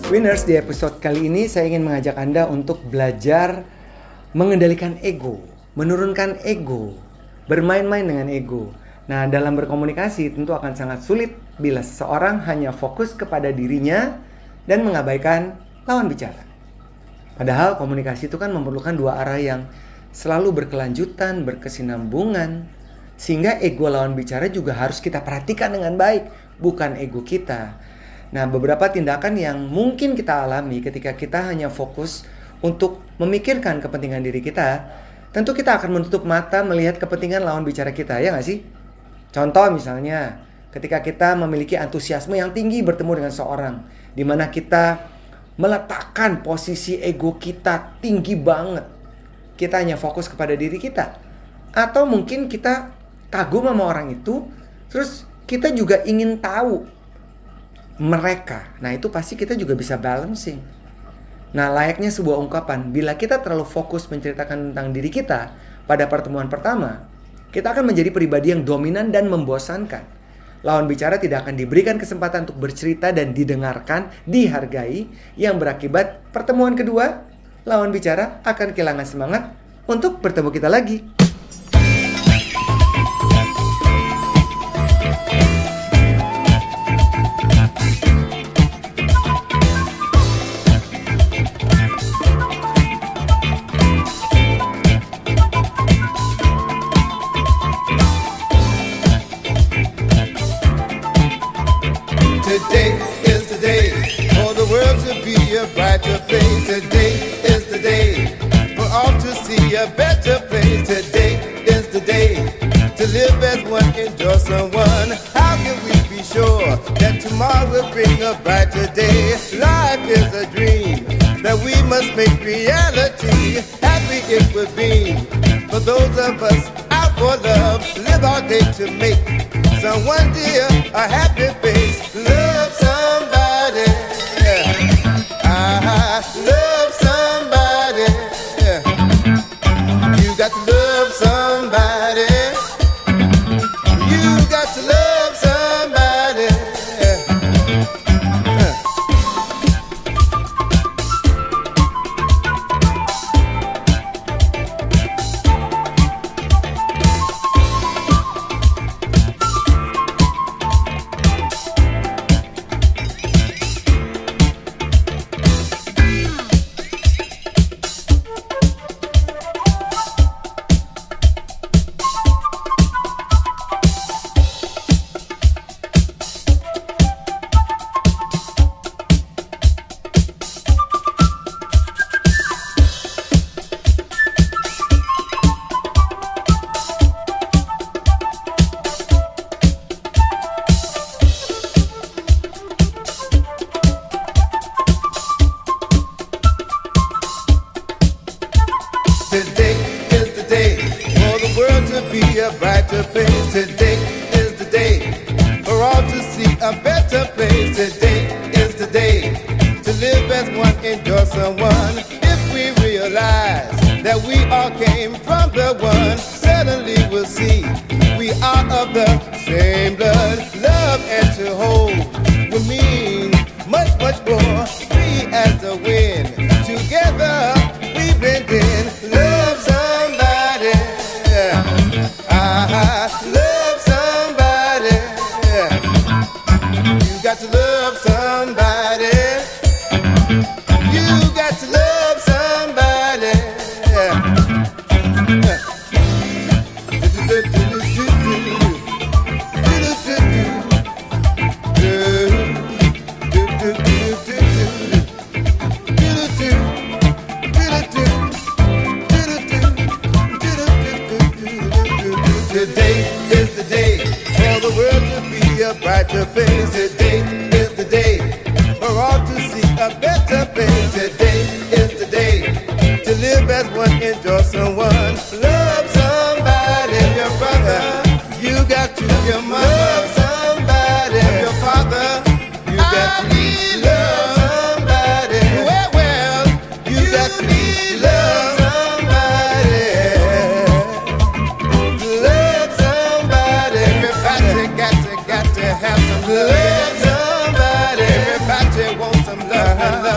Winners, di episode kali ini saya ingin mengajak Anda untuk belajar mengendalikan ego, menurunkan ego, bermain-main dengan ego. Nah, dalam berkomunikasi tentu akan sangat sulit bila seseorang hanya fokus kepada dirinya dan mengabaikan lawan bicara. Padahal komunikasi itu kan memerlukan dua arah yang selalu berkelanjutan, berkesinambungan, sehingga ego lawan bicara juga harus kita perhatikan dengan baik, bukan ego kita. Nah, beberapa tindakan yang mungkin kita alami ketika kita hanya fokus untuk memikirkan kepentingan diri kita, tentu kita akan menutup mata melihat kepentingan lawan bicara kita, ya nggak sih? Contoh misalnya, ketika kita memiliki antusiasme yang tinggi bertemu dengan seorang, di mana kita meletakkan posisi ego kita tinggi banget, kita hanya fokus kepada diri kita. Atau mungkin kita kagum sama orang itu, terus kita juga ingin tahu mereka. Nah, itu pasti kita juga bisa balancing. Nah, layaknya sebuah ungkapan, bila kita terlalu fokus menceritakan tentang diri kita pada pertemuan pertama, kita akan menjadi pribadi yang dominan dan membosankan. Lawan bicara tidak akan diberikan kesempatan untuk bercerita dan didengarkan, dihargai, yang berakibat pertemuan kedua, lawan bicara akan kehilangan semangat untuk bertemu kita lagi. Today is the day for the world to be a brighter place. Today is the day for all to see a better place. Today is the day to live as one, enjoy someone. How can we be sure that tomorrow will bring a brighter day? Life is a dream that we must make reality. Happy it would be for those of us out for love. Live our day to make someone dear a happy face. Love somebody, yeah. Love somebody, yeah. You got to love somebody. You got to love somebody, yeah. Today is the day for the world to be a brighter place. Today is the day for all to see a better place. Today is the day to live as one, enjoy someone. If we realize that we all came from the one, suddenly we'll see we are of the same blood. Love and to hold will mean much, much more. Free as the wind, together we blend in. Love somebody, yeah. Love somebody, yeah. You got to love somebody. You got to love somebody, yeah. Today is the day for the world to be a brighter place. Today is the day for all to see a better place. Today is the day to live as one, enjoy someone. Love somebody, your brother. You got to your mother. Love somebody, your father. You got to love somebody. Well, you got to love somebody. Love somebody. Everybody got to have some love. Somebody. Everybody wants some love.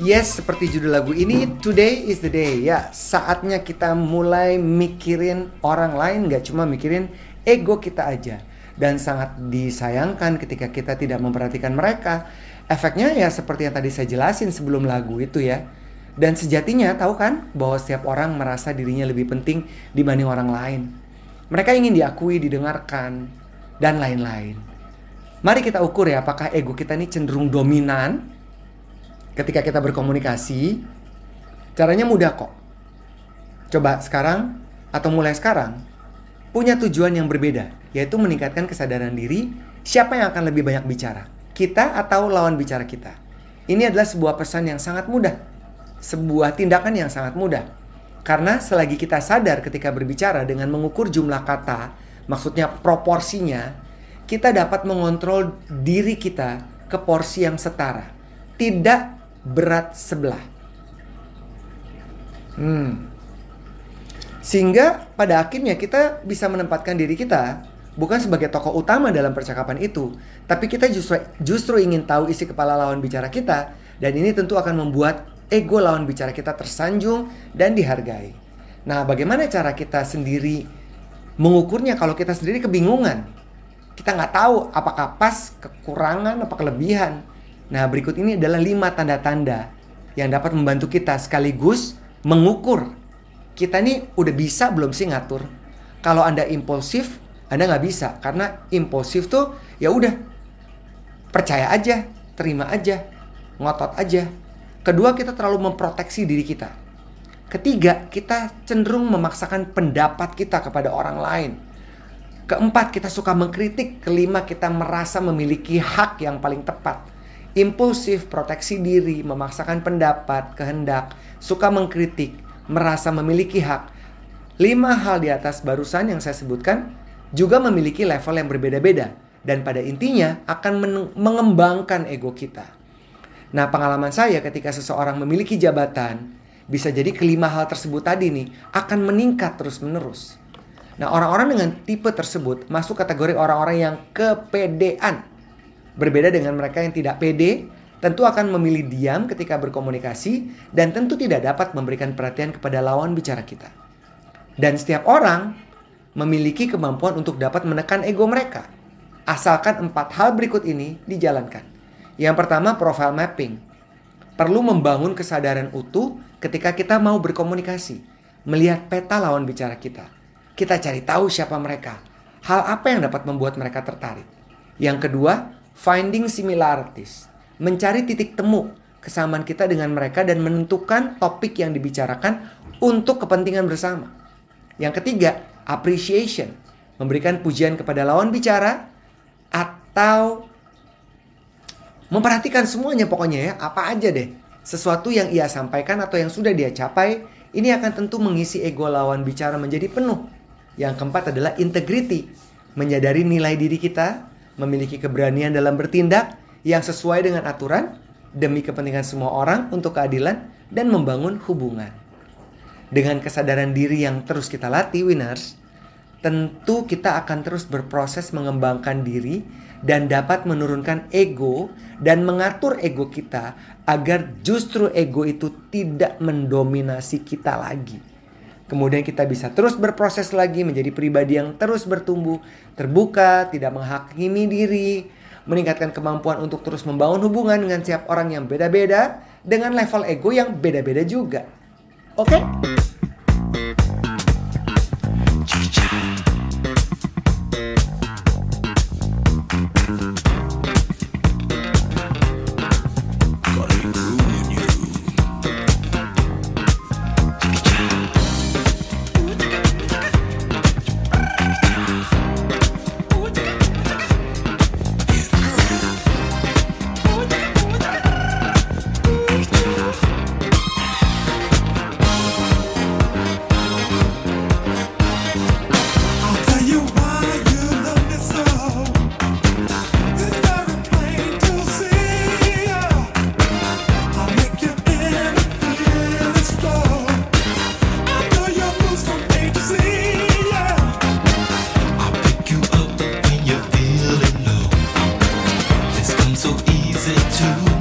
Yes, seperti judul lagu ini, today is the day. Ya, saatnya kita mulai mikirin orang lain, gak cuma mikirin ego kita aja. Dan sangat disayangkan ketika kita tidak memperhatikan mereka. Efeknya ya seperti yang tadi saya jelasin sebelum lagu itu ya. Dan sejatinya tahu kan bahwa setiap orang merasa dirinya lebih penting dibanding orang lain. Mereka ingin diakui, didengarkan, dan lain-lain. Mari kita ukur ya apakah ego kita ini cenderung dominan ketika kita berkomunikasi. Caranya mudah kok. Coba sekarang atau mulai sekarang punya tujuan yang berbeda, yaitu meningkatkan kesadaran diri siapa yang akan lebih banyak bicara, kita atau lawan bicara kita. Ini adalah sebuah pesan yang sangat mudah, sebuah tindakan yang sangat mudah. Karena selagi kita sadar ketika berbicara dengan mengukur jumlah kata, maksudnya proporsinya, kita dapat mengontrol diri kita ke porsi yang setara, tidak berat sebelah. Sehingga pada akhirnya kita bisa menempatkan diri kita bukan sebagai tokoh utama dalam percakapan itu, tapi kita justru ingin tahu isi kepala lawan bicara kita, dan ini tentu akan membuat ego lawan bicara kita tersanjung dan dihargai. Nah, bagaimana cara kita sendiri mengukurnya kalau kita sendiri kebingungan? Kita nggak tahu apakah pas, kekurangan, apa kelebihan. Nah, berikut ini adalah 5 tanda-tanda yang dapat membantu kita sekaligus mengukur. Kita nih udah bisa belum sih ngatur? Kalau Anda impulsif, Anda nggak bisa. Karena impulsif tuh ya udah, percaya aja, terima aja, ngotot aja. Kedua, kita terlalu memproteksi diri kita. Ketiga, kita cenderung memaksakan pendapat kita kepada orang lain. Keempat, kita suka mengkritik. Kelima, kita merasa memiliki hak yang paling tepat. Impulsif, proteksi diri, memaksakan pendapat, kehendak, suka mengkritik, merasa memiliki hak. 5 hal di atas barusan yang saya sebutkan juga memiliki level yang berbeda-beda. Dan pada intinya akan mengembangkan ego kita. Nah, pengalaman saya ketika seseorang memiliki jabatan, bisa jadi kelima hal tersebut tadi nih akan meningkat terus-menerus. Nah, orang-orang dengan tipe tersebut masuk kategori orang-orang yang kepedean. Berbeda dengan mereka yang tidak pede, tentu akan memilih diam ketika berkomunikasi dan tentu tidak dapat memberikan perhatian kepada lawan bicara kita. Dan setiap orang memiliki kemampuan untuk dapat menekan ego mereka, asalkan 4 hal berikut ini dijalankan. Yang pertama, profile mapping. Perlu membangun kesadaran utuh ketika kita mau berkomunikasi. Melihat peta lawan bicara kita. Kita cari tahu siapa mereka. Hal apa yang dapat membuat mereka tertarik. Yang kedua, finding similarities. Mencari titik temu kesamaan kita dengan mereka dan menentukan topik yang dibicarakan untuk kepentingan bersama. Yang ketiga, appreciation. Memberikan pujian kepada lawan bicara atau memperhatikan semuanya pokoknya ya, apa aja deh. Sesuatu yang ia sampaikan atau yang sudah dia capai, ini akan tentu mengisi ego lawan bicara menjadi penuh. Yang keempat adalah integrity. Menyadari nilai diri kita, memiliki keberanian dalam bertindak yang sesuai dengan aturan, demi kepentingan semua orang untuk keadilan, dan membangun hubungan. Dengan kesadaran diri yang terus kita latih, winners, tentu kita akan terus berproses mengembangkan diri dan dapat menurunkan ego dan mengatur ego kita agar justru ego itu tidak mendominasi kita lagi. Kemudian kita bisa terus berproses lagi menjadi pribadi yang terus bertumbuh, terbuka, tidak menghakimi diri, meningkatkan kemampuan untuk terus membangun hubungan dengan setiap orang yang beda-beda dengan level ego yang beda-beda juga. Oke? so easy to